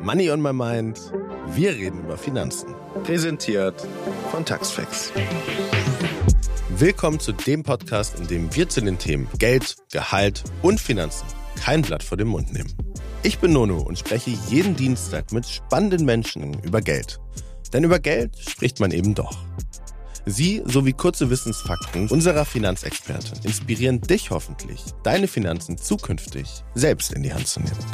Money on my mind. Wir reden über Finanzen. Präsentiert von Taxfacts. Willkommen zu dem Podcast, in dem wir zu den Themen Geld, Gehalt und Finanzen kein Blatt vor den Mund nehmen. Ich bin Nono und spreche jeden Dienstag mit spannenden Menschen über Geld. Denn über Geld spricht man eben doch. Sie sowie kurze Wissensfakten unserer Finanzexpertin inspirieren dich hoffentlich, deine Finanzen zukünftig selbst in die Hand zu nehmen.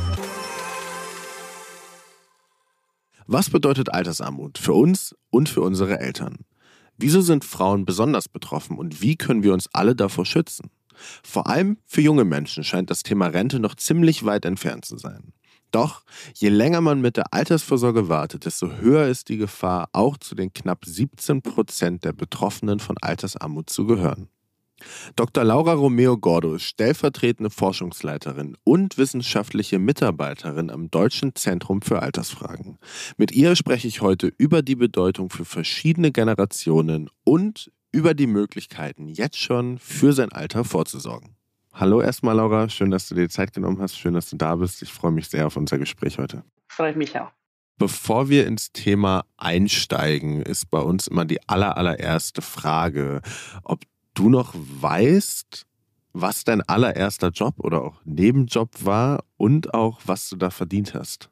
Was bedeutet Altersarmut für uns und für unsere Eltern? Wieso sind Frauen besonders betroffen und wie können wir uns alle davor schützen? Vor allem für junge Menschen scheint das Thema Rente noch ziemlich weit entfernt zu sein. Doch je länger man mit der Altersvorsorge wartet, desto höher ist die Gefahr, auch zu den knapp 17% der Betroffenen von Altersarmut zu gehören. Dr. Laura Romeo-Gordo ist stellvertretende Forschungsleiterin und wissenschaftliche Mitarbeiterin am Deutschen Zentrum für Altersfragen. Mit ihr spreche ich heute über die Bedeutung für verschiedene Generationen und über die Möglichkeiten, jetzt schon für sein Alter vorzusorgen. Hallo erstmal, Laura. Schön, dass du dir Zeit genommen hast. Schön, dass du da bist. Ich freue mich sehr auf unser Gespräch heute. Freut mich auch. Bevor wir ins Thema einsteigen, ist bei uns immer die allererste Frage, ob du noch weißt, was dein allererster Job oder auch Nebenjob war und auch, was du da verdient hast.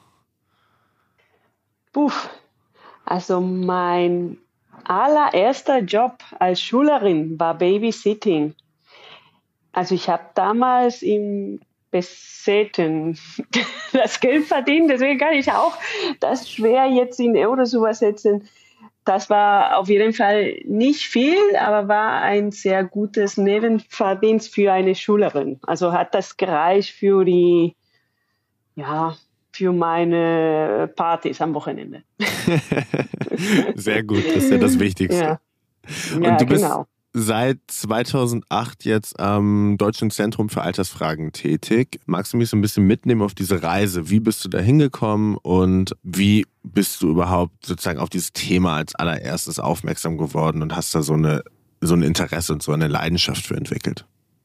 Also mein allererster Job als Schülerin war Babysitting. Also ich habe damals im Besetzen das Geld verdient, deswegen kann ich auch das schwer jetzt in Euro zu übersetzen. Das war auf jeden Fall nicht viel, aber war ein sehr gutes Nebenverdienst für eine Schülerin. Also hat das gereicht für für meine Partys am Wochenende. Sehr gut, das ist ja das Wichtigste. Ja. Und du bist genau. seit 2008 jetzt am Deutschen Zentrum für Altersfragen tätig. Magst du mich so ein bisschen mitnehmen auf diese Reise? Wie bist du da hingekommen und wie bist du überhaupt sozusagen auf dieses Thema als allererstes aufmerksam geworden und hast da so ein Interesse und so eine Leidenschaft für entwickelt?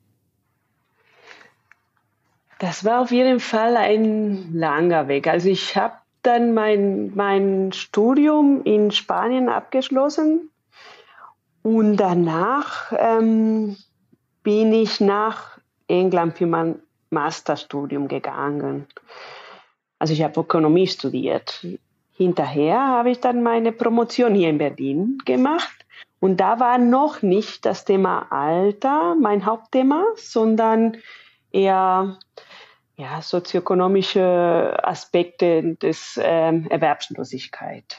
Das war auf jeden Fall ein langer Weg. Also ich habe dann mein Studium in Spanien abgeschlossen und danach bin ich nach England für mein Masterstudium gegangen. Also ich habe Ökonomie studiert. Hinterher habe ich dann meine Promotion hier in Berlin gemacht. Und da war noch nicht das Thema Alter mein Hauptthema, sondern eher sozioökonomische Aspekte des Erwerbslosigkeit.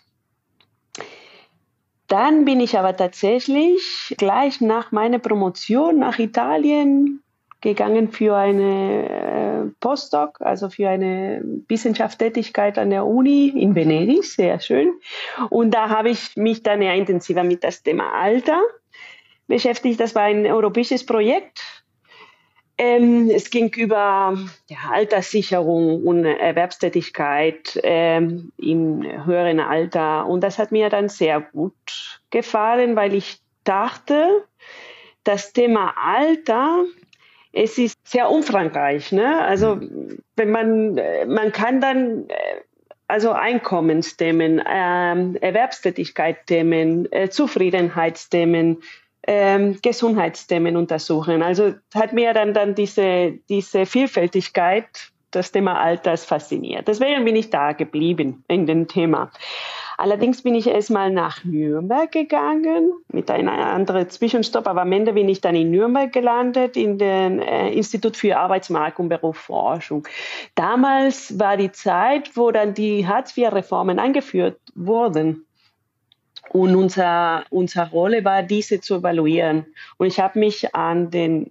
Dann bin ich aber tatsächlich gleich nach meiner Promotion nach Italien gegangen für eine Postdoc, also für eine Wissenschaftstätigkeit an der Uni in Venedig, sehr schön. Und da habe ich mich dann eher intensiver mit das Thema Alter beschäftigt. Das war ein europäisches Projekt. Es ging über Alterssicherung und Erwerbstätigkeit im höheren Alter. Und das hat mir dann sehr gut gefallen, weil ich dachte, das Thema Alter, es ist sehr umfangreich, ne? Also wenn man kann dann Einkommensthemen, Erwerbstätigkeitsthemen, Zufriedenheitsthemen, Gesundheitsthemen untersuchen. Also hat mir dann diese Vielfältigkeit des Thema Alters fasziniert. Deswegen bin ich da geblieben in dem Thema. Allerdings bin ich erstmal nach Nürnberg gegangen mit einem anderen Zwischenstopp, aber am Ende bin ich dann in Nürnberg gelandet, in dem Institut für Arbeitsmarkt und Berufsforschung. Damals war die Zeit, wo dann die Hartz-IV-Reformen eingeführt wurden. Und unsere Rolle war, diese zu evaluieren. Und ich habe mich an den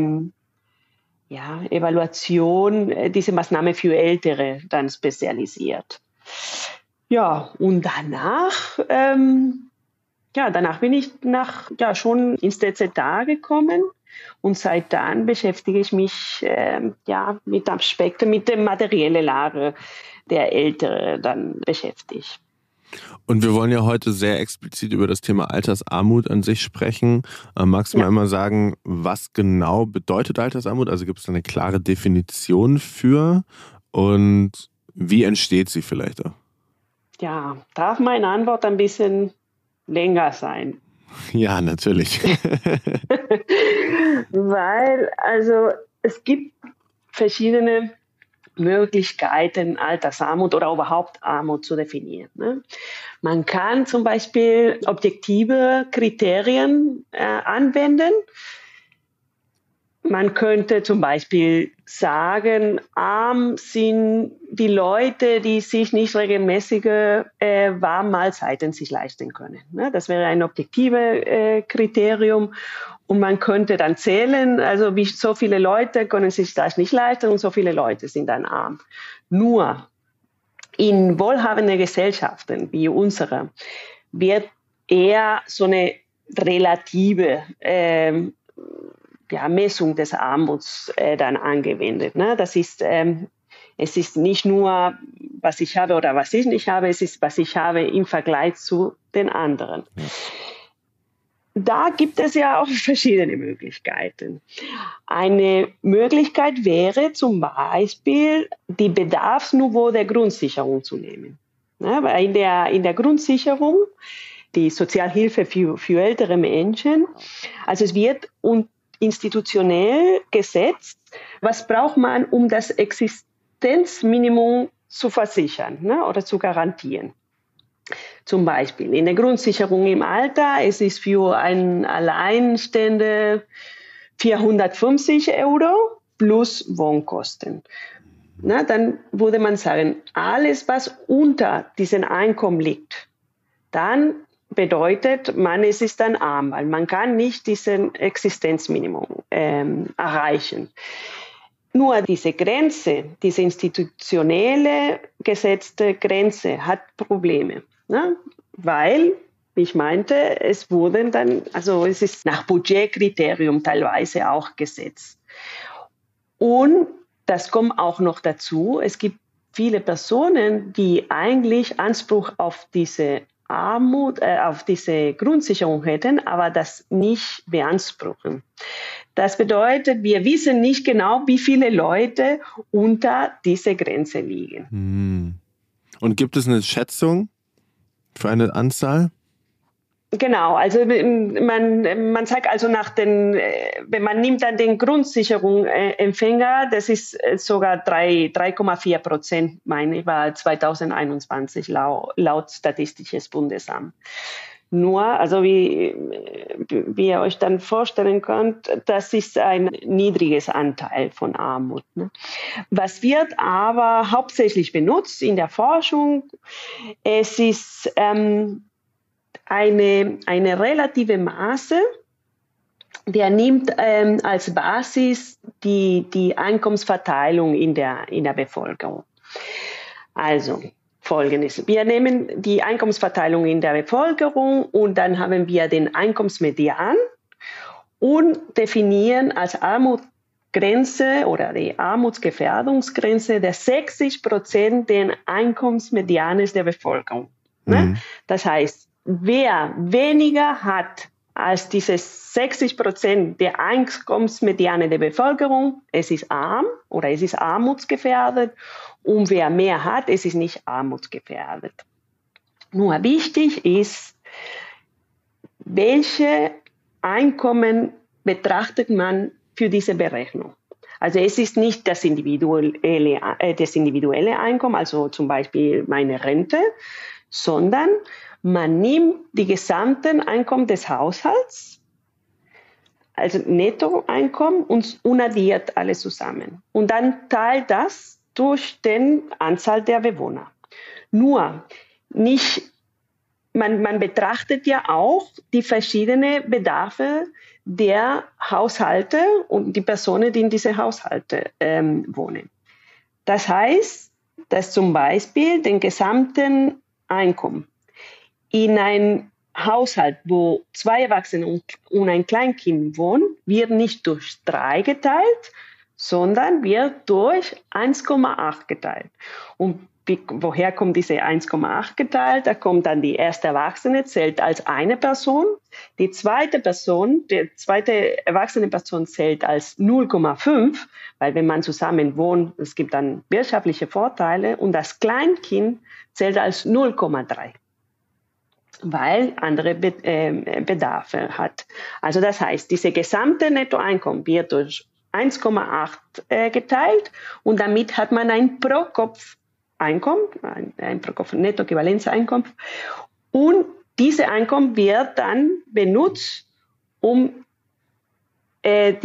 Evaluation dieser Maßnahme für Ältere dann spezialisiert. Ja, und danach bin ich schon ins DZA gekommen. Und seit dann beschäftige ich mich mit Aspekten, mit der materiellen Lage der Ältere dann beschäftigt. Und wir wollen ja heute sehr explizit über das Thema Altersarmut an sich sprechen. Magst du mal einmal sagen, was genau bedeutet Altersarmut? Also gibt es eine klare Definition für? Und Wie entsteht sie vielleicht auch? Ja, darf meine Antwort ein bisschen länger sein? Ja, natürlich. Weil, also es gibt verschiedene Möglichkeiten, Altersarmut oder überhaupt Armut zu definieren. Ne? Man kann zum Beispiel objektive Kriterien anwenden. Man könnte zum Beispiel sagen, arm sind die Leute, die sich nicht regelmäßige Warmmahlzeiten sich leisten können. Ne? Das wäre ein objektives Kriterium. Und man könnte dann zählen, also wie so viele Leute können sich das nicht leisten und so viele Leute sind dann arm. Nur in wohlhabenden Gesellschaften wie unsere wird eher so eine relative Messung des Armuts dann angewendet. Ne? Das ist, es ist nicht nur, was ich habe oder was ich nicht habe, es ist, was ich habe im Vergleich zu den anderen. Da gibt es ja auch verschiedene Möglichkeiten. Eine Möglichkeit wäre zum Beispiel, die Bedarfsniveau der Grundsicherung zu nehmen. Ja, weil in der Grundsicherung, die Sozialhilfe für ältere Menschen, also es wird institutionell gesetzt, was braucht man, um das Existenzminimum zu versichern, ne, oder zu garantieren. Zum Beispiel in der Grundsicherung im Alter, es ist für einen Alleinstehende 450 € plus Wohnkosten. Na, dann würde man sagen, alles, was unter diesem Einkommen liegt, dann bedeutet man, es ist dann arm, weil man kann nicht diesen Existenzminimum erreichen. Nur diese Grenze, diese institutionelle gesetzte Grenze hat Probleme. Ne? Weil, wie ich meinte, es wurden dann, also es ist nach Budgetkriterium teilweise auch gesetzt. Und das kommt auch noch dazu, es gibt viele Personen, die eigentlich Anspruch auf diese Armut, auf diese Grundsicherung hätten, aber das nicht beanspruchen. Das bedeutet, wir wissen nicht genau, wie viele Leute unter dieser Grenze liegen. Und gibt es eine Schätzung für eine Anzahl? Genau, also man sagt also wenn man nimmt dann den Grundsicherungsempfänger, das ist sogar 3,4%, meine ich, war 2021 laut Statistisches Bundesamt. Nur, also wie ihr euch dann vorstellen könnt, das ist ein niedriges Anteil von Armut. Ne? Was wird aber hauptsächlich benutzt in der Forschung? Es ist eine relative Maße, der nimmt als Basis die Einkommensverteilung in der Bevölkerung. Also Folgendes. Wir nehmen die Einkommensverteilung in der Bevölkerung und dann haben wir den Einkommensmedian und definieren als Armutsgrenze oder die Armutsgefährdungsgrenze der 60% den Einkommensmedianes der Bevölkerung. Ne? Das heißt, wer weniger hat als diese 60% der Einkommensmediane der Bevölkerung, es ist arm oder es ist armutsgefährdet. Und wer mehr hat, es ist nicht armutsgefährdet. Nur wichtig ist, welche Einkommen betrachtet man für diese Berechnung. Also es ist nicht das individuelle Einkommen, also zum Beispiel meine Rente, sondern man nimmt die gesamten Einkommen des Haushalts, also Nettoeinkommen, und addiert alles zusammen. Und dann teilt das durch die Anzahl der Bewohner. Nur, man betrachtet ja auch die verschiedenen Bedarfe der Haushalte und die Personen, die in diese Haushalte wohnen. Das heißt, dass zum Beispiel den gesamten Einkommen in einem Haushalt, wo 2 Erwachsene und ein Kleinkind wohnen, wird nicht durch 3 geteilt, sondern wird durch 1,8 geteilt. Und woher kommt diese 1,8 geteilt? Da kommt dann die erste Erwachsene, zählt als eine Person. Die zweite erwachsene Person zählt als 0,5, weil wenn man zusammen wohnt, es gibt dann wirtschaftliche Vorteile. Und das Kleinkind zählt als 0,3, weil andere Bedarfe hat. Also das heißt, diese gesamte Nettoeinkommen wird durch 1,8 geteilt und damit hat man ein Pro-Kopf-Einkommen, ein Pro-Kopf-Netto-Äquivalenzeinkommen, und diese Einkommen wird dann benutzt, um den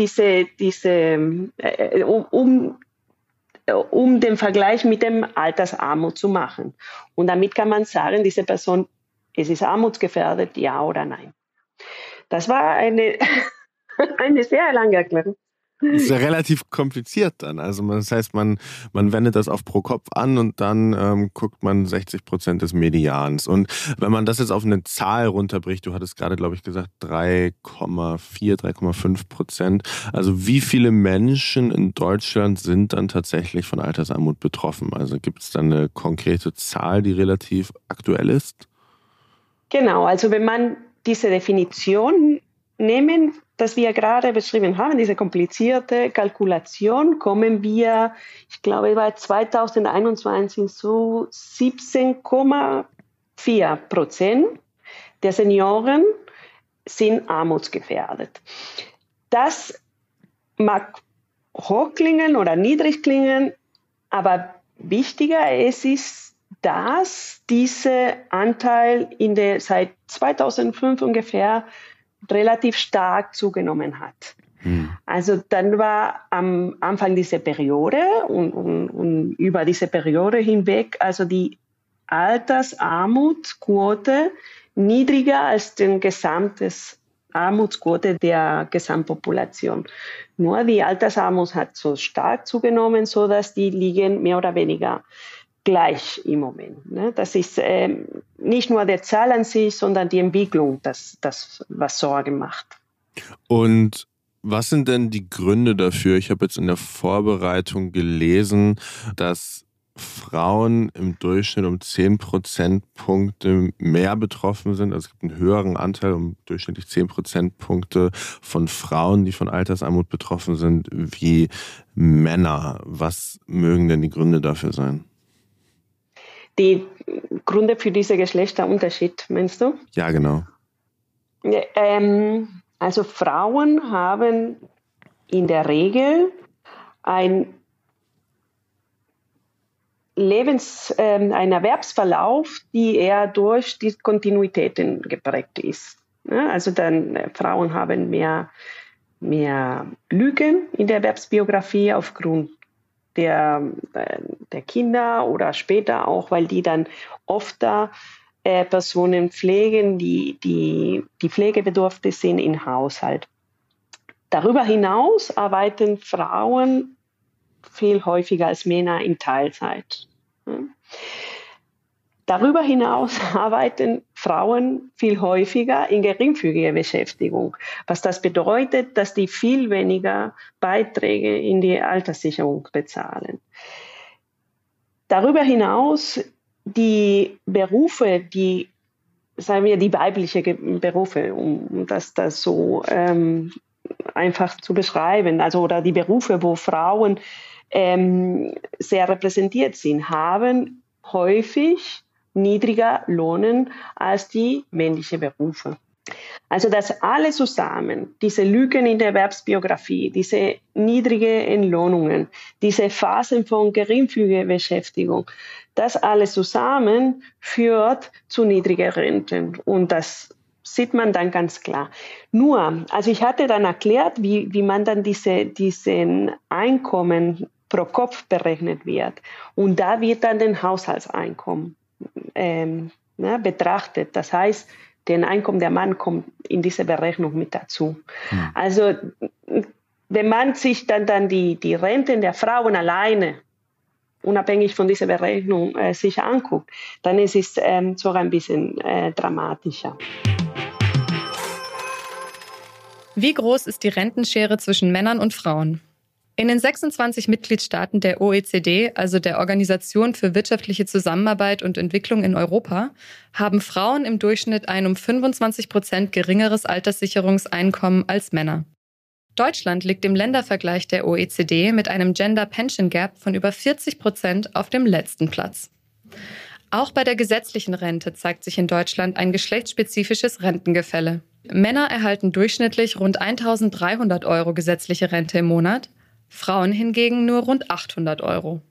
Vergleich mit dem Altersarmut zu machen. Und damit kann man sagen, diese Person, es ist armutsgefährdet, ja oder nein. Das war eine sehr lange Erklärung. Das ist ja relativ kompliziert dann. Also das heißt, man wendet das auf pro Kopf an und dann guckt man 60% des Medians. Und wenn man das jetzt auf eine Zahl runterbricht, du hattest gerade, glaube ich, gesagt 3,5%. Also wie viele Menschen in Deutschland sind dann tatsächlich von Altersarmut betroffen? Also gibt es dann eine konkrete Zahl, die relativ aktuell ist? Genau, also wenn man diese Definition nehmen, das wir gerade beschrieben haben, diese komplizierte Kalkulation, kommen wir, ich glaube, bei 2021 zu 17,4% der Senioren sind armutsgefährdet. Das mag hoch klingen oder niedrig klingen, aber wichtiger ist, dass dieser Anteil seit 2005 ungefähr relativ stark zugenommen hat. Also dann war am Anfang dieser Periode und über diese Periode hinweg also die Altersarmutsquote niedriger als die gesamte Armutsquote der Gesamtpopulation. Nur die Altersarmut hat so stark zugenommen, sodass die liegen mehr oder weniger gleich im Moment. Ne? Das ist nicht nur der Zahl an sich, sondern die Entwicklung, das was Sorge macht. Und was sind denn die Gründe dafür? Ich habe jetzt in der Vorbereitung gelesen, dass Frauen im Durchschnitt um 10 Prozentpunkte mehr betroffen sind. Also es gibt einen höheren Anteil, um durchschnittlich 10 Prozentpunkte von Frauen, die von Altersarmut betroffen sind, wie Männer. Was mögen denn die Gründe dafür sein? Die Gründe für diesen Geschlechterunterschied, meinst du? Ja, genau. Also Frauen haben in der Regel einen Erwerbsverlauf, die eher durch die Kontinuitäten geprägt ist. Also dann Frauen haben mehr Lügen in der Erwerbsbiografie aufgrund der Kinder oder später auch, weil die dann oft Personen pflegen, die pflegebedürftig sind im Haushalt. Darüber hinaus arbeiten Frauen viel häufiger als Männer in Teilzeit. Darüber hinaus arbeiten Frauen viel häufiger in geringfügiger Beschäftigung, was das bedeutet, dass die viel weniger Beiträge in die Alterssicherung bezahlen. Darüber hinaus die Berufe, die weibliche Berufe, um das so einfach zu beschreiben, also oder die Berufe, wo Frauen sehr repräsentiert sind, haben häufig niedriger Lohnen als die männlichen Berufe. Also das alles zusammen, diese Lücken in der Erwerbsbiografie, diese niedrigen Entlohnungen, diese Phasen von geringfügiger Beschäftigung, das alles zusammen führt zu niedrigen Renten. Und das sieht man dann ganz klar. Nur, also ich hatte dann erklärt, wie man dann diesen Einkommen pro Kopf berechnet wird. Und da wird dann den Haushaltseinkommen betrachtet. Das heißt, der Einkommen der Mann kommt in diese Berechnung mit dazu. Also wenn man sich dann die Renten der Frauen alleine, unabhängig von dieser Berechnung, sich anguckt, dann ist es sogar ein bisschen dramatischer. Wie groß ist die Rentenschere zwischen Männern und Frauen? In den 26 Mitgliedstaaten der OECD, also der Organisation für wirtschaftliche Zusammenarbeit und Entwicklung in Europa, haben Frauen im Durchschnitt ein um 25% geringeres Alterssicherungseinkommen als Männer. Deutschland liegt im Ländervergleich der OECD mit einem Gender Pension Gap von über 40% auf dem letzten Platz. Auch bei der gesetzlichen Rente zeigt sich in Deutschland ein geschlechtsspezifisches Rentengefälle. Männer erhalten durchschnittlich rund 1.300 € gesetzliche Rente im Monat, Frauen hingegen nur rund 800 €.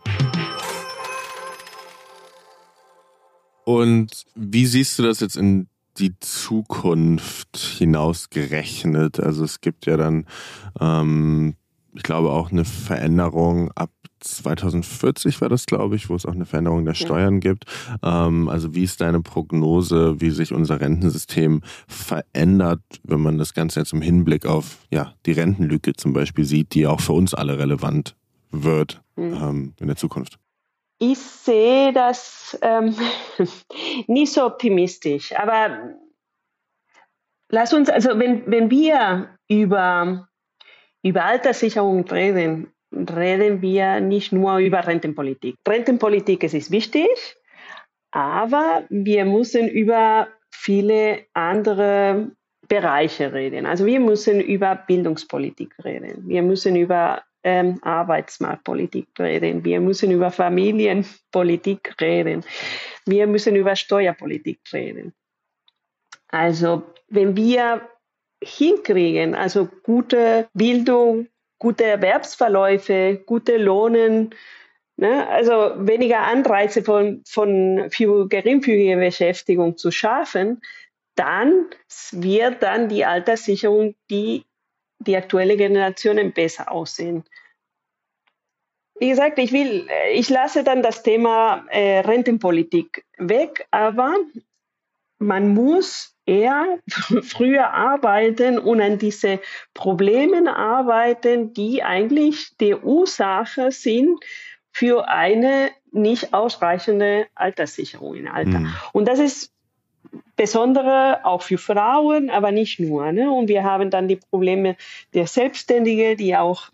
Und wie siehst du das jetzt in die Zukunft hinausgerechnet? Also es gibt ja dann, ich glaube, auch eine Veränderung ab 2040 war das, glaube ich, wo es auch eine Veränderung der Steuern gibt. Also wie ist deine Prognose, wie sich unser Rentensystem verändert, wenn man das Ganze jetzt im Hinblick auf die Rentenlücke zum Beispiel sieht, die auch für uns alle relevant wird in der Zukunft? Ich sehe das nicht so optimistisch, aber lass uns, also wenn wir über Alterssicherung reden wir nicht nur über Rentenpolitik. Rentenpolitik ist wichtig, aber wir müssen über viele andere Bereiche reden. Also wir müssen über Bildungspolitik reden, wir müssen über Arbeitsmarktpolitik reden, wir müssen über Familienpolitik reden, wir müssen über Steuerpolitik reden. Also wenn wir hinkriegen, also gute Bildung, gute Erwerbsverläufe, gute Lohnen, also weniger Anreize für geringfügige Beschäftigung zu schaffen, dann wird dann die Alterssicherung die aktuelle Generationen besser aussehen. Wie gesagt, ich lasse dann das Thema Rentenpolitik weg, aber man muss eher früher arbeiten und an diese Probleme arbeiten, die eigentlich die Ursache sind für eine nicht ausreichende Alterssicherung im Alter. Und das ist besondere auch für Frauen, aber nicht nur. Und wir haben dann die Probleme der Selbstständigen, die auch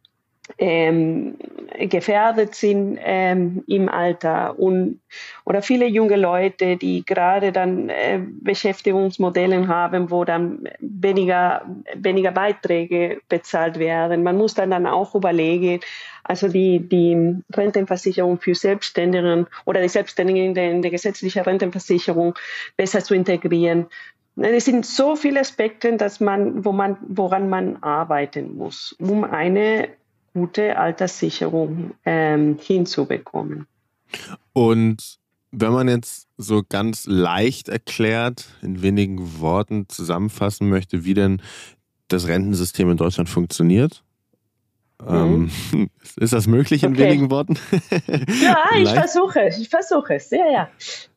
gefährdet sind im Alter oder viele junge Leute, die gerade dann Beschäftigungsmodelle haben, wo dann weniger Beiträge bezahlt werden. Man muss dann auch überlegen, also die Rentenversicherung für Selbstständigen oder die Selbstständigen in der gesetzlichen Rentenversicherung besser zu integrieren. Es sind so viele Aspekte, woran man arbeiten muss, um eine gute Alterssicherung hinzubekommen. Und wenn man jetzt so ganz leicht erklärt, in wenigen Worten zusammenfassen möchte, wie denn das Rentensystem in Deutschland funktioniert, ist das möglich in wenigen Worten? Ja, ich versuche es, ja.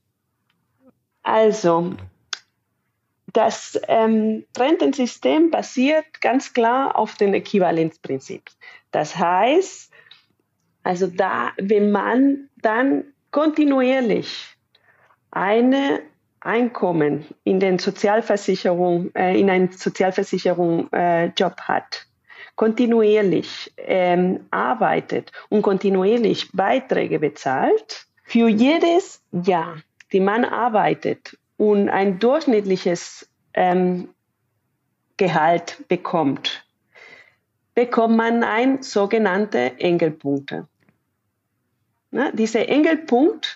Also, das Rentensystem basiert ganz klar auf dem Äquivalenzprinzip. Das heißt, also wenn man dann kontinuierlich ein Einkommen in einen Sozialversicherungsjob hat, kontinuierlich arbeitet und kontinuierlich Beiträge bezahlt, für jedes Jahr, die man arbeitet und ein durchschnittliches Gehalt bekommt man sogenannte Engelpunkte. Diese Engelpunkte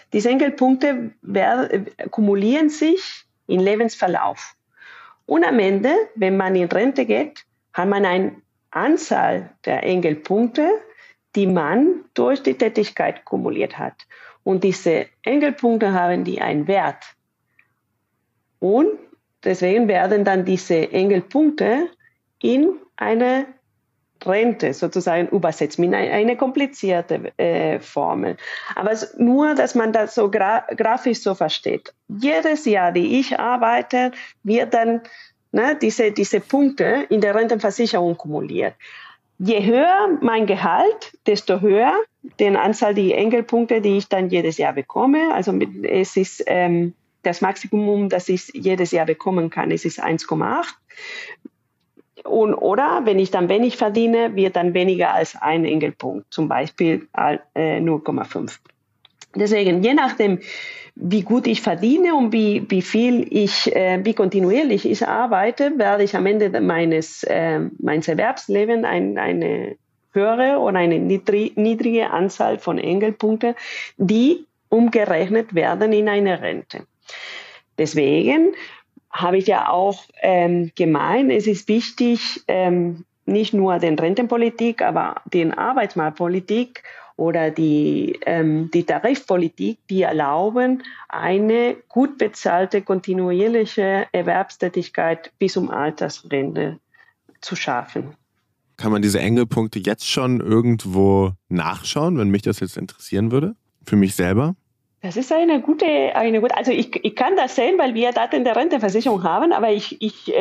kumulieren sich im Lebensverlauf. Und am Ende, wenn man in Rente geht, hat man eine Anzahl der Engelpunkte, die man durch die Tätigkeit kumuliert hat. Und diese Engelpunkte haben die einen Wert. Und deswegen werden dann diese Engelpunkte in eine Rente sozusagen übersetzt, mit einer komplizierte Formel. Aber nur, dass man das so grafisch so versteht. Jedes Jahr, die ich arbeite, wird dann diese Punkte in der Rentenversicherung kumuliert. Je höher mein Gehalt, desto höher die Anzahl der Engelpunkte, die ich dann jedes Jahr bekomme. Also es ist das Maximum, das ich jedes Jahr bekommen kann, es ist 1,8. Oder wenn ich dann wenig verdiene, wird dann weniger als ein Engelpunkt, zum Beispiel 0,5. Deswegen, je nachdem, wie gut ich verdiene und wie kontinuierlich ich arbeite, werde ich am Ende meines Erwerbslebens eine höhere oder eine niedrige Anzahl von Engelpunkten, die umgerechnet werden in eine Rente. Deswegen habe ich ja auch gemeint, es ist wichtig, nicht nur die Rentenpolitik, aber die Arbeitsmarktpolitik oder die Tarifpolitik, die erlauben, eine gut bezahlte, kontinuierliche Erwerbstätigkeit bis zum Altersrente zu schaffen. Kann man diese Engelpunkte jetzt schon irgendwo nachschauen, wenn mich das jetzt interessieren würde? Für mich selber? Das ist eine gute, also ich kann das sehen, weil wir Daten der Rentenversicherung haben, aber ich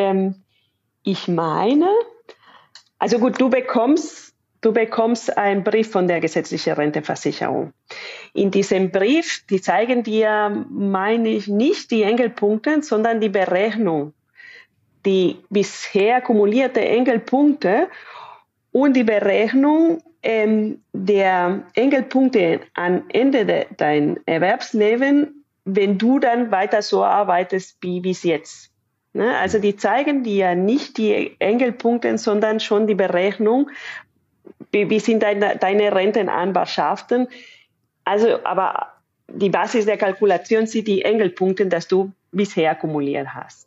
meine, also gut, du bekommst einen Brief von der gesetzlichen Rentenversicherung. In diesem Brief, die zeigen dir, meine ich, nicht die Engelpunkte, sondern die Berechnung, die bisher kumulierte Engelpunkte und die Berechnung der Engelpunkte am Ende dein Erwerbsleben, wenn du dann weiter so arbeitest wie bis jetzt. Ne? Also die zeigen dir nicht die Engelpunkte, sondern schon die Berechnung, wie sind deine Rentenanwarschaften. Also, aber die Basis der Kalkulation sind die Engelpunkte, die du bisher kumuliert hast.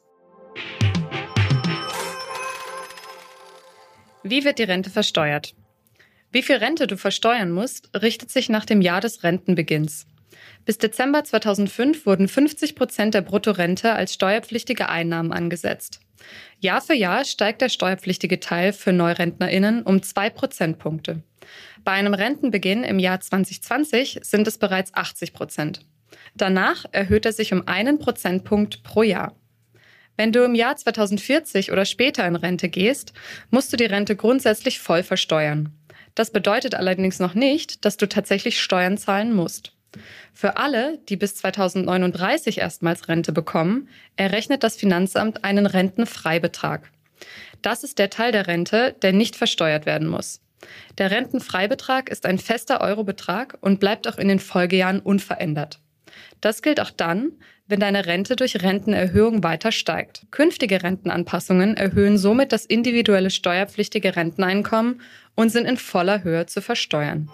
Wie wird die Rente versteuert? Wie viel Rente du versteuern musst, richtet sich nach dem Jahr des Rentenbeginns. Bis Dezember 2005 wurden 50% der Bruttorente als steuerpflichtige Einnahmen angesetzt. Jahr für Jahr steigt der steuerpflichtige Teil für NeurentnerInnen um 2 Prozentpunkte. Bei einem Rentenbeginn im Jahr 2020 sind es bereits 80%. Danach erhöht er sich um 1 Prozentpunkt pro Jahr. Wenn du im Jahr 2040 oder später in Rente gehst, musst du die Rente grundsätzlich voll versteuern. Das bedeutet allerdings noch nicht, dass du tatsächlich Steuern zahlen musst. Für alle, die bis 2039 erstmals Rente bekommen, errechnet das Finanzamt einen Rentenfreibetrag. Das ist der Teil der Rente, der nicht versteuert werden muss. Der Rentenfreibetrag ist ein fester Eurobetrag und bleibt auch in den Folgejahren unverändert. Das gilt auch dann, wenn deine Rente durch Rentenerhöhung weiter steigt. Künftige Rentenanpassungen erhöhen somit das individuelle steuerpflichtige Renteneinkommen und sind in voller Höhe zu versteuern.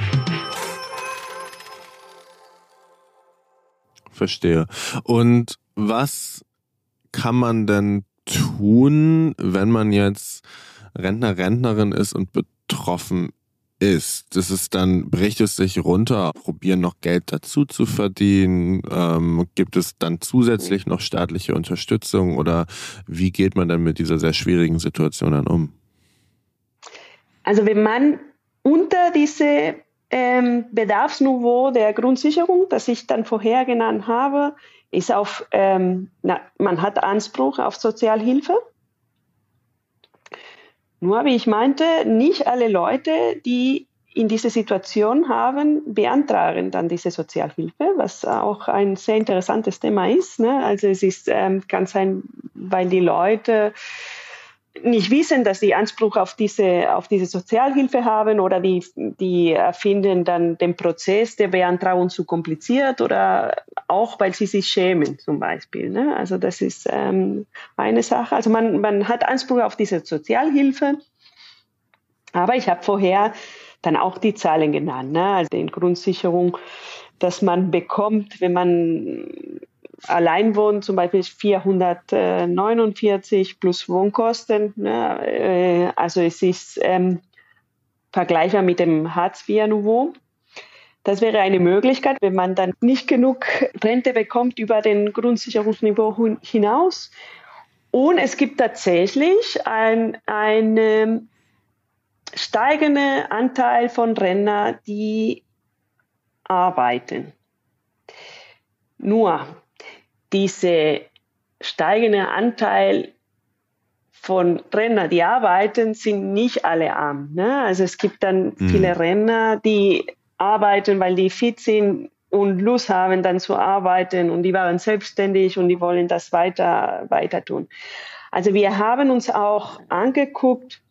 Verstehe. Und was kann man denn tun, wenn man jetzt Rentner, Rentnerin ist und betroffen ist? Das ist dann, bricht es sich runter, probieren noch Geld dazu zu verdienen? Gibt es dann zusätzlich noch staatliche Unterstützung oder wie geht man dann mit dieser sehr schwierigen Situation dann um? Also wenn man unter diese Bedarfsniveau der Grundsicherung, das ich dann vorher genannt habe, ist man hat Anspruch auf Sozialhilfe. Nur, wie ich meinte, nicht alle Leute, die in dieser Situation haben, beantragen dann diese Sozialhilfe, was auch ein sehr interessantes Thema ist. Ne? Also es ist, kann sein, weil die Leute nicht wissen, dass sie Anspruch auf diese Sozialhilfe haben oder die finden dann den Prozess der Beantragung zu kompliziert oder auch, weil sie sich schämen zum Beispiel. Ne? Also das ist eine Sache. Also man hat Anspruch auf diese Sozialhilfe, aber ich habe vorher dann auch die Zahlen genannt, ne? Also die Grundsicherung, dass man bekommt, wenn man allein wohnt, zum Beispiel 449 plus Wohnkosten. Ne? Also es ist vergleichbar mit dem Hartz-IV-Niveau. Das wäre eine Möglichkeit, wenn man dann nicht genug Rente bekommt über den Grundsicherungsniveau hinaus. Und es gibt tatsächlich einen steigenden Anteil von Rentnern, die arbeiten. Nur dieser steigende Anteil von Rentnern, die arbeiten, sind nicht alle arm. Ne? Also es gibt dann viele Rentner, die arbeiten, weil die fit sind und Lust haben, dann zu arbeiten und die waren selbstständig und die wollen das weiter tun. Also wir haben uns auch angeguckt,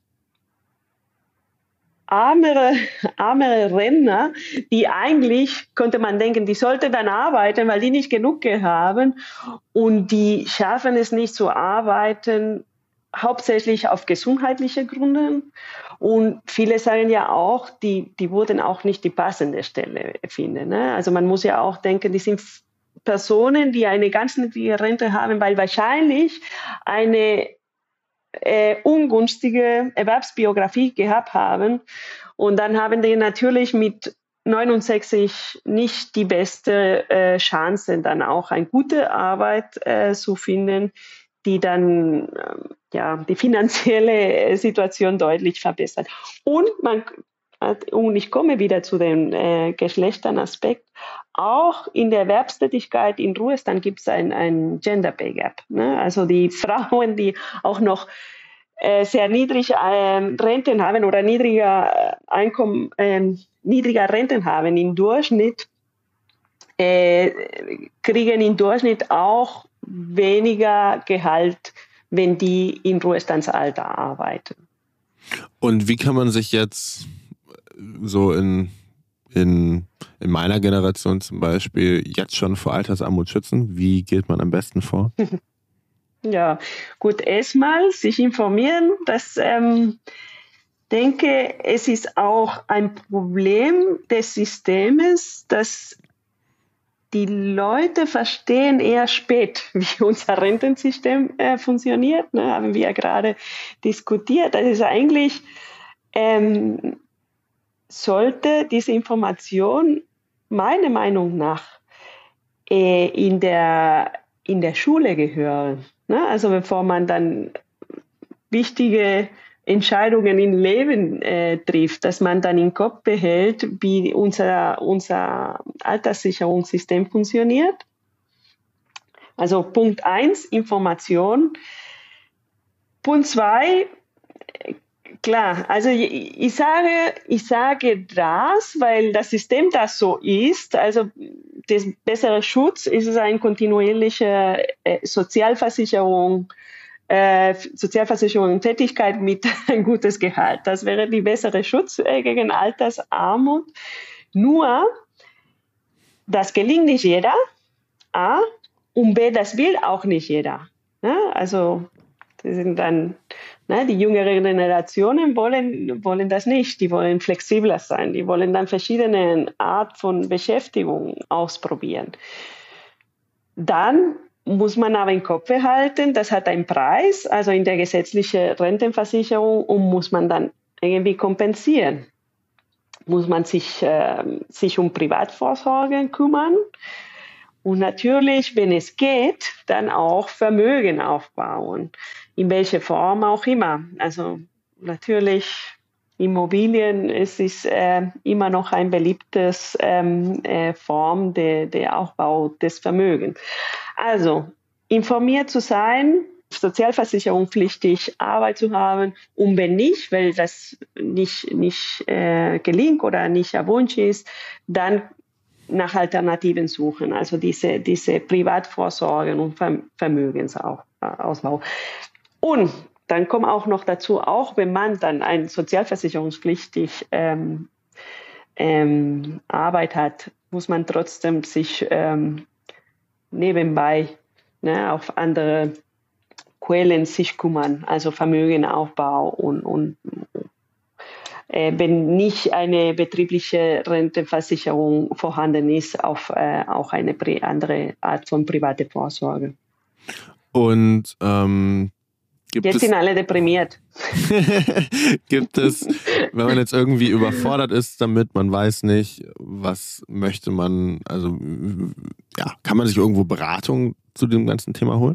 ärmere Rentner, die eigentlich, könnte man denken, die sollten dann arbeiten, weil die nicht genug haben und die schaffen es nicht zu arbeiten, hauptsächlich auf gesundheitliche Gründe. Und viele sagen ja auch, die würden auch nicht die passende Stelle finden. Ne? Also man muss ja auch denken, die sind Personen, die eine ganz niedrige Rente haben, weil wahrscheinlich eine ungünstige Erwerbsbiografie gehabt haben. Und dann haben die natürlich mit 69 nicht die beste Chance, dann auch eine gute Arbeit zu finden, die dann die finanzielle Situation deutlich verbessert. Und ich komme wieder zu dem Geschlechteraspekt, auch in der Erwerbstätigkeit in Ruhestand gibt es ein Gender Pay Gap. Ne? Also die Frauen, die auch noch sehr niedrige Renten haben oder niedriger Renten haben im Durchschnitt, kriegen im Durchschnitt auch weniger Gehalt, wenn die im Ruhestandsalter arbeiten. Und wie kann man sich jetzt so in meiner Generation zum Beispiel jetzt schon vor Altersarmut schützen? Wie geht man am besten vor? Ja, gut, erstmal sich informieren. Denke, es ist auch ein Problem des Systems, dass die Leute verstehen eher spät, wie unser Rentensystem funktioniert. Ne? Haben wir ja gerade diskutiert. Das ist eigentlich, sollte diese Information meiner Meinung nach in der Schule gehören. Ne? Also bevor man dann wichtige Entscheidungen im Leben trifft, dass man dann im Kopf behält, wie unser Alterssicherungssystem funktioniert. Also Punkt 1, Information. Punkt 2, klar, also ich sage das, weil das System das so ist, also der bessere Schutz ist es eine kontinuierliche Sozialversicherung und Tätigkeit mit ein gutes Gehalt. Das wäre die bessere Schutz gegen Altersarmut. Nur, das gelingt nicht jeder, A, und B, das will auch nicht jeder. Ja, also, das sind dann, die jüngeren Generationen wollen das nicht. Die wollen flexibler sein. Die wollen dann verschiedene Art von Beschäftigung ausprobieren. Dann muss man aber im Kopf behalten, das hat einen Preis, also in der gesetzlichen Rentenversicherung, und muss man dann irgendwie kompensieren. Muss man sich um Privatvorsorge kümmern und natürlich, wenn es geht, dann auch Vermögen aufbauen, in welcher Form auch immer. Also natürlich Immobilien, es ist immer noch ein beliebtes Form der Aufbau des Vermögens. Also informiert zu sein, sozialversicherungspflichtig Arbeit zu haben, und wenn nicht, weil das nicht gelingt oder nicht erwünscht ist, dann nach Alternativen suchen, also diese Privatvorsorge und Vermögensausbau. Und dann kommt auch noch dazu, auch wenn man dann ein sozialversicherungspflichtig Arbeit hat, muss man trotzdem sich nebenbei auf andere Quellen sich kümmern, also Vermögenaufbau und wenn nicht eine betriebliche Rentenversicherung vorhanden ist, auf auch eine andere Art von private Vorsorge. Und jetzt sind alle deprimiert. Gibt es, wenn man jetzt irgendwie überfordert ist damit, man weiß nicht, was möchte man, also ja, kann man sich irgendwo Beratung zu dem ganzen Thema holen?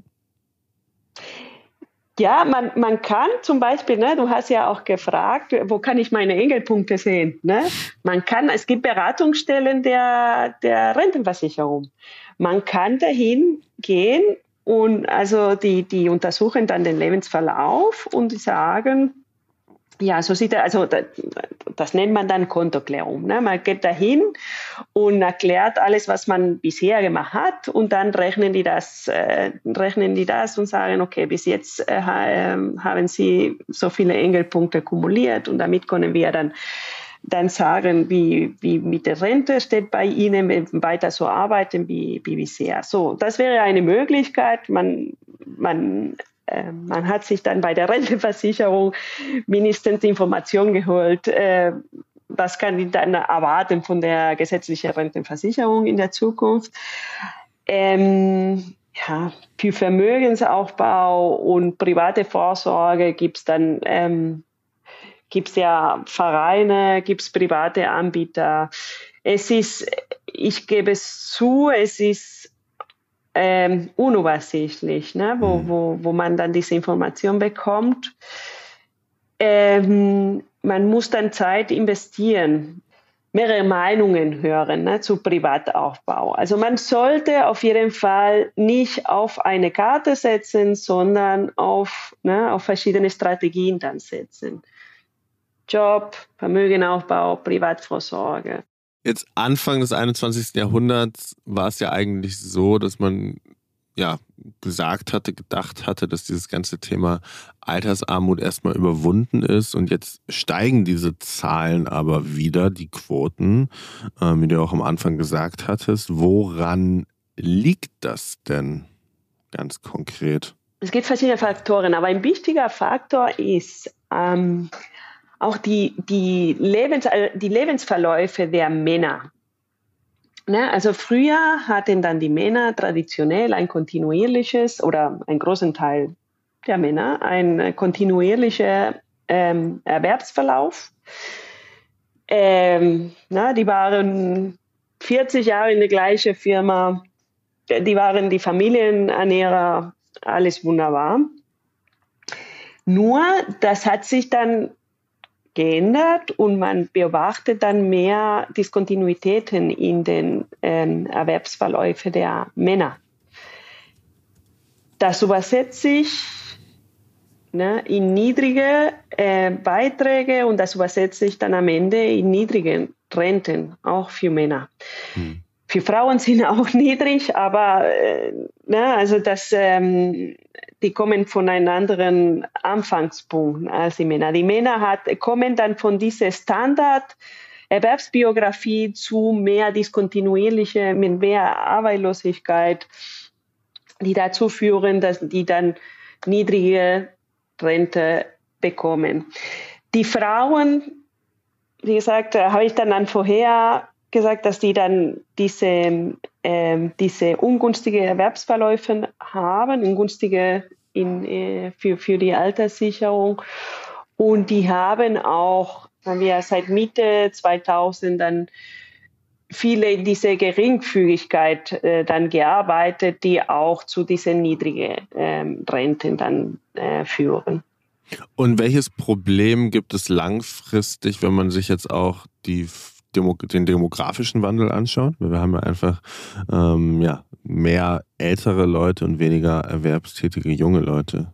Ja, man kann zum Beispiel, du hast ja auch gefragt, wo kann ich meine Engelpunkte sehen? Ne? Es gibt Beratungsstellen der Rentenversicherung. Man kann dahin gehen und also die untersuchen dann den Lebensverlauf und sagen, Ja, so sieht also das nennt man dann Kontoklärung. Ne? Man geht dahin und erklärt alles, was man bisher gemacht hat, und dann rechnen die das und sagen, okay, bis jetzt haben sie so viele Engelpunkte kumuliert, und damit können wir dann sagen, wie mit der Rente steht bei Ihnen, weiter so arbeiten wie bisher. So, das wäre eine Möglichkeit. Man hat sich dann bei der Rentenversicherung mindestens Informationen geholt. Was kann ich dann erwarten von der gesetzlichen Rentenversicherung in der Zukunft? Für Vermögensaufbau und private Vorsorge gibt es dann ja Vereine, gibt es private Anbieter. Ich gebe es zu, es ist unübersichtlich, ne? wo man dann diese Information bekommt. Man muss dann Zeit investieren, mehrere Meinungen hören, ne, zu Privataufbau. Also man sollte auf jeden Fall nicht auf eine Karte setzen, sondern auf verschiedene Strategien dann setzen. Job, Vermögenaufbau, Privatvorsorge. Jetzt Anfang des 21. Jahrhunderts war es ja eigentlich so, dass man gedacht hatte, dass dieses ganze Thema Altersarmut erstmal überwunden ist, und jetzt steigen diese Zahlen aber wieder, die Quoten, wie du auch am Anfang gesagt hattest. Woran liegt das denn ganz konkret? Es gibt verschiedene Faktoren, aber ein wichtiger Faktor ist auch die Lebensverläufe der Männer. Ne? Also früher hatten dann die Männer traditionell ein kontinuierliches, oder einen großen Teil der Männer, ein kontinuierlicher Erwerbsverlauf. Die waren 40 Jahre in der gleichen Firma, die waren die Familienernährer, alles wunderbar. Nur, das hat sich dann geändert, und man beobachtet dann mehr Diskontinuitäten in den Erwerbsverläufen der Männer. Das übersetzt sich in niedrige Beiträge, und das übersetzt sich dann am Ende in niedrigen Renten, auch für Männer. Für Frauen sind auch niedrig, aber die kommen von einem anderen Anfangspunkt als die Männer. Die Männer kommen dann von dieser Standard-Erwerbsbiografie zu mehr diskontinuierliche, mit mehr Arbeitslosigkeit, die dazu führen, dass die dann niedrige Rente bekommen. Die Frauen, wie gesagt, habe ich dann vorher gesagt, dass die dann diese ungünstige Erwerbsverläufe haben, ungünstige für die Alterssicherung. Und die haben auch, haben wir seit Mitte 2000 dann viele in diese Geringfügigkeit dann gearbeitet, die auch zu diesen niedrigen Renten dann führen. Und welches Problem gibt es langfristig, wenn man sich jetzt auch den demografischen Wandel anschaut? Wir haben ja einfach mehr ältere Leute und weniger erwerbstätige junge Leute.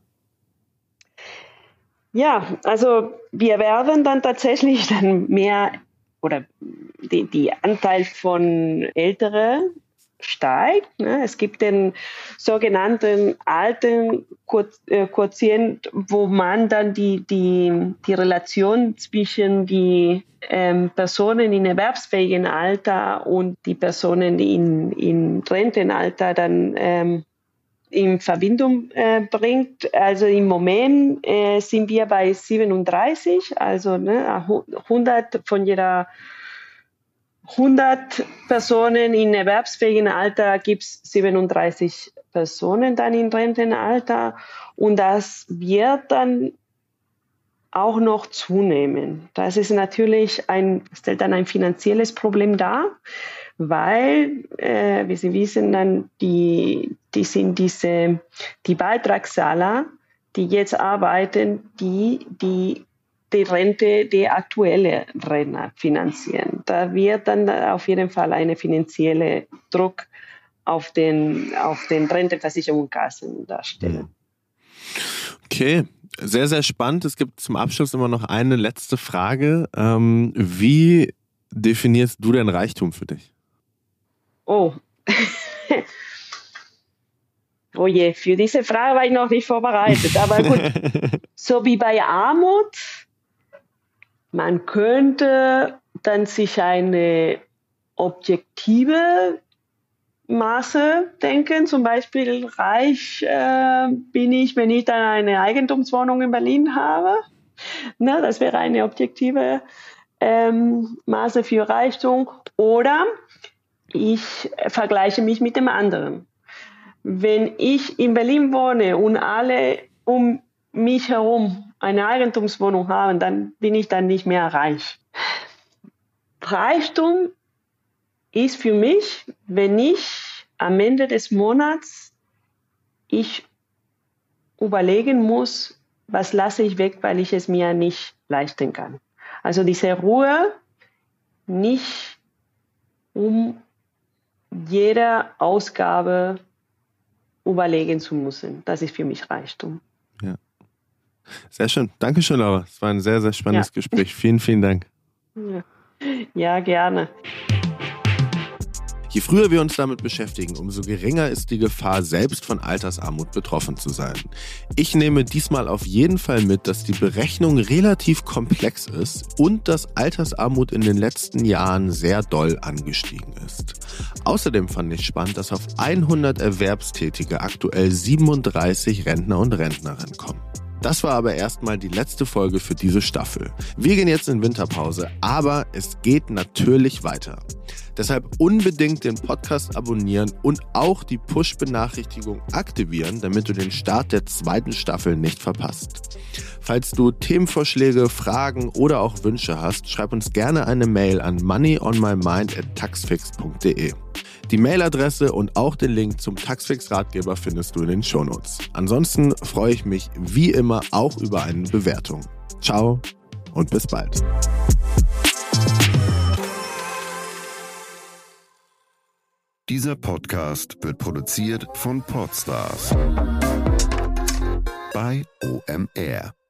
Ja, also wir werden dann tatsächlich dann mehr, oder die Anteil von Älteren steigt. Ne? Es gibt den sogenannten Alterenquotient, wo man dann die Relation zwischen die Personen in erwerbsfähigen Alter und die Personen in Rentenalter dann in Verbindung bringt. Also im Moment sind wir bei 37, also 100 von jeder 100 Personen in erwerbsfähigem Alter gibt es 37 Personen dann in Rentenalter, und das wird dann auch noch zunehmen. Das ist natürlich stellt dann ein finanzielles Problem dar, weil, wie Sie wissen, dann die Beitragszahler, die jetzt arbeiten, die Rente, die aktuelle Rentner finanzieren. Da wird dann auf jeden Fall eine finanzielle Druck auf den Rentenversicherungskassen darstellen. Okay, Sehr, sehr spannend. Es gibt zum Abschluss immer noch eine letzte Frage. Wie definierst du denn Reichtum für dich? Oh. Oh je, für diese Frage war ich noch nicht vorbereitet. Aber gut, so wie bei Armut, man könnte dann sich eine objektive Maße denken. Zum Beispiel reich bin ich, wenn ich dann eine Eigentumswohnung in Berlin habe. Ne, das wäre eine objektive Maße für Reichtum. Oder ich vergleiche mich mit dem anderen. Wenn ich in Berlin wohne und alle um mich herum eine Eigentumswohnung haben, dann bin ich dann nicht mehr reich. Reichtum ist für mich, wenn ich am Ende des Monats überlegen muss, was lasse ich weg, weil ich es mir nicht leisten kann. Also diese Ruhe, nicht um jede Ausgabe überlegen zu müssen. Das ist für mich Reichtum. Ja. Sehr schön. Dankeschön, Laura. Es war ein sehr, sehr spannendes Gespräch. Vielen, vielen Dank. Ja, gerne. Je früher wir uns damit beschäftigen, umso geringer ist die Gefahr, selbst von Altersarmut betroffen zu sein. Ich nehme diesmal auf jeden Fall mit, dass die Berechnung relativ komplex ist und dass Altersarmut in den letzten Jahren sehr doll angestiegen ist. Außerdem fand ich spannend, dass auf 100 Erwerbstätige aktuell 37 Rentner und Rentnerinnen kommen. Das war aber erstmal die letzte Folge für diese Staffel. Wir gehen jetzt in Winterpause, aber es geht natürlich weiter. Deshalb unbedingt den Podcast abonnieren und auch die Push-Benachrichtigung aktivieren, damit du den Start der zweiten Staffel nicht verpasst. Falls du Themenvorschläge, Fragen oder auch Wünsche hast, schreib uns gerne eine Mail an moneyonmymind@taxfix.de. Die Mailadresse und auch den Link zum Taxfix-Ratgeber findest du in den Shownotes. Ansonsten freue ich mich wie immer auch über eine Bewertung. Ciao und bis bald. Dieser Podcast wird produziert von Podstars bei OMR.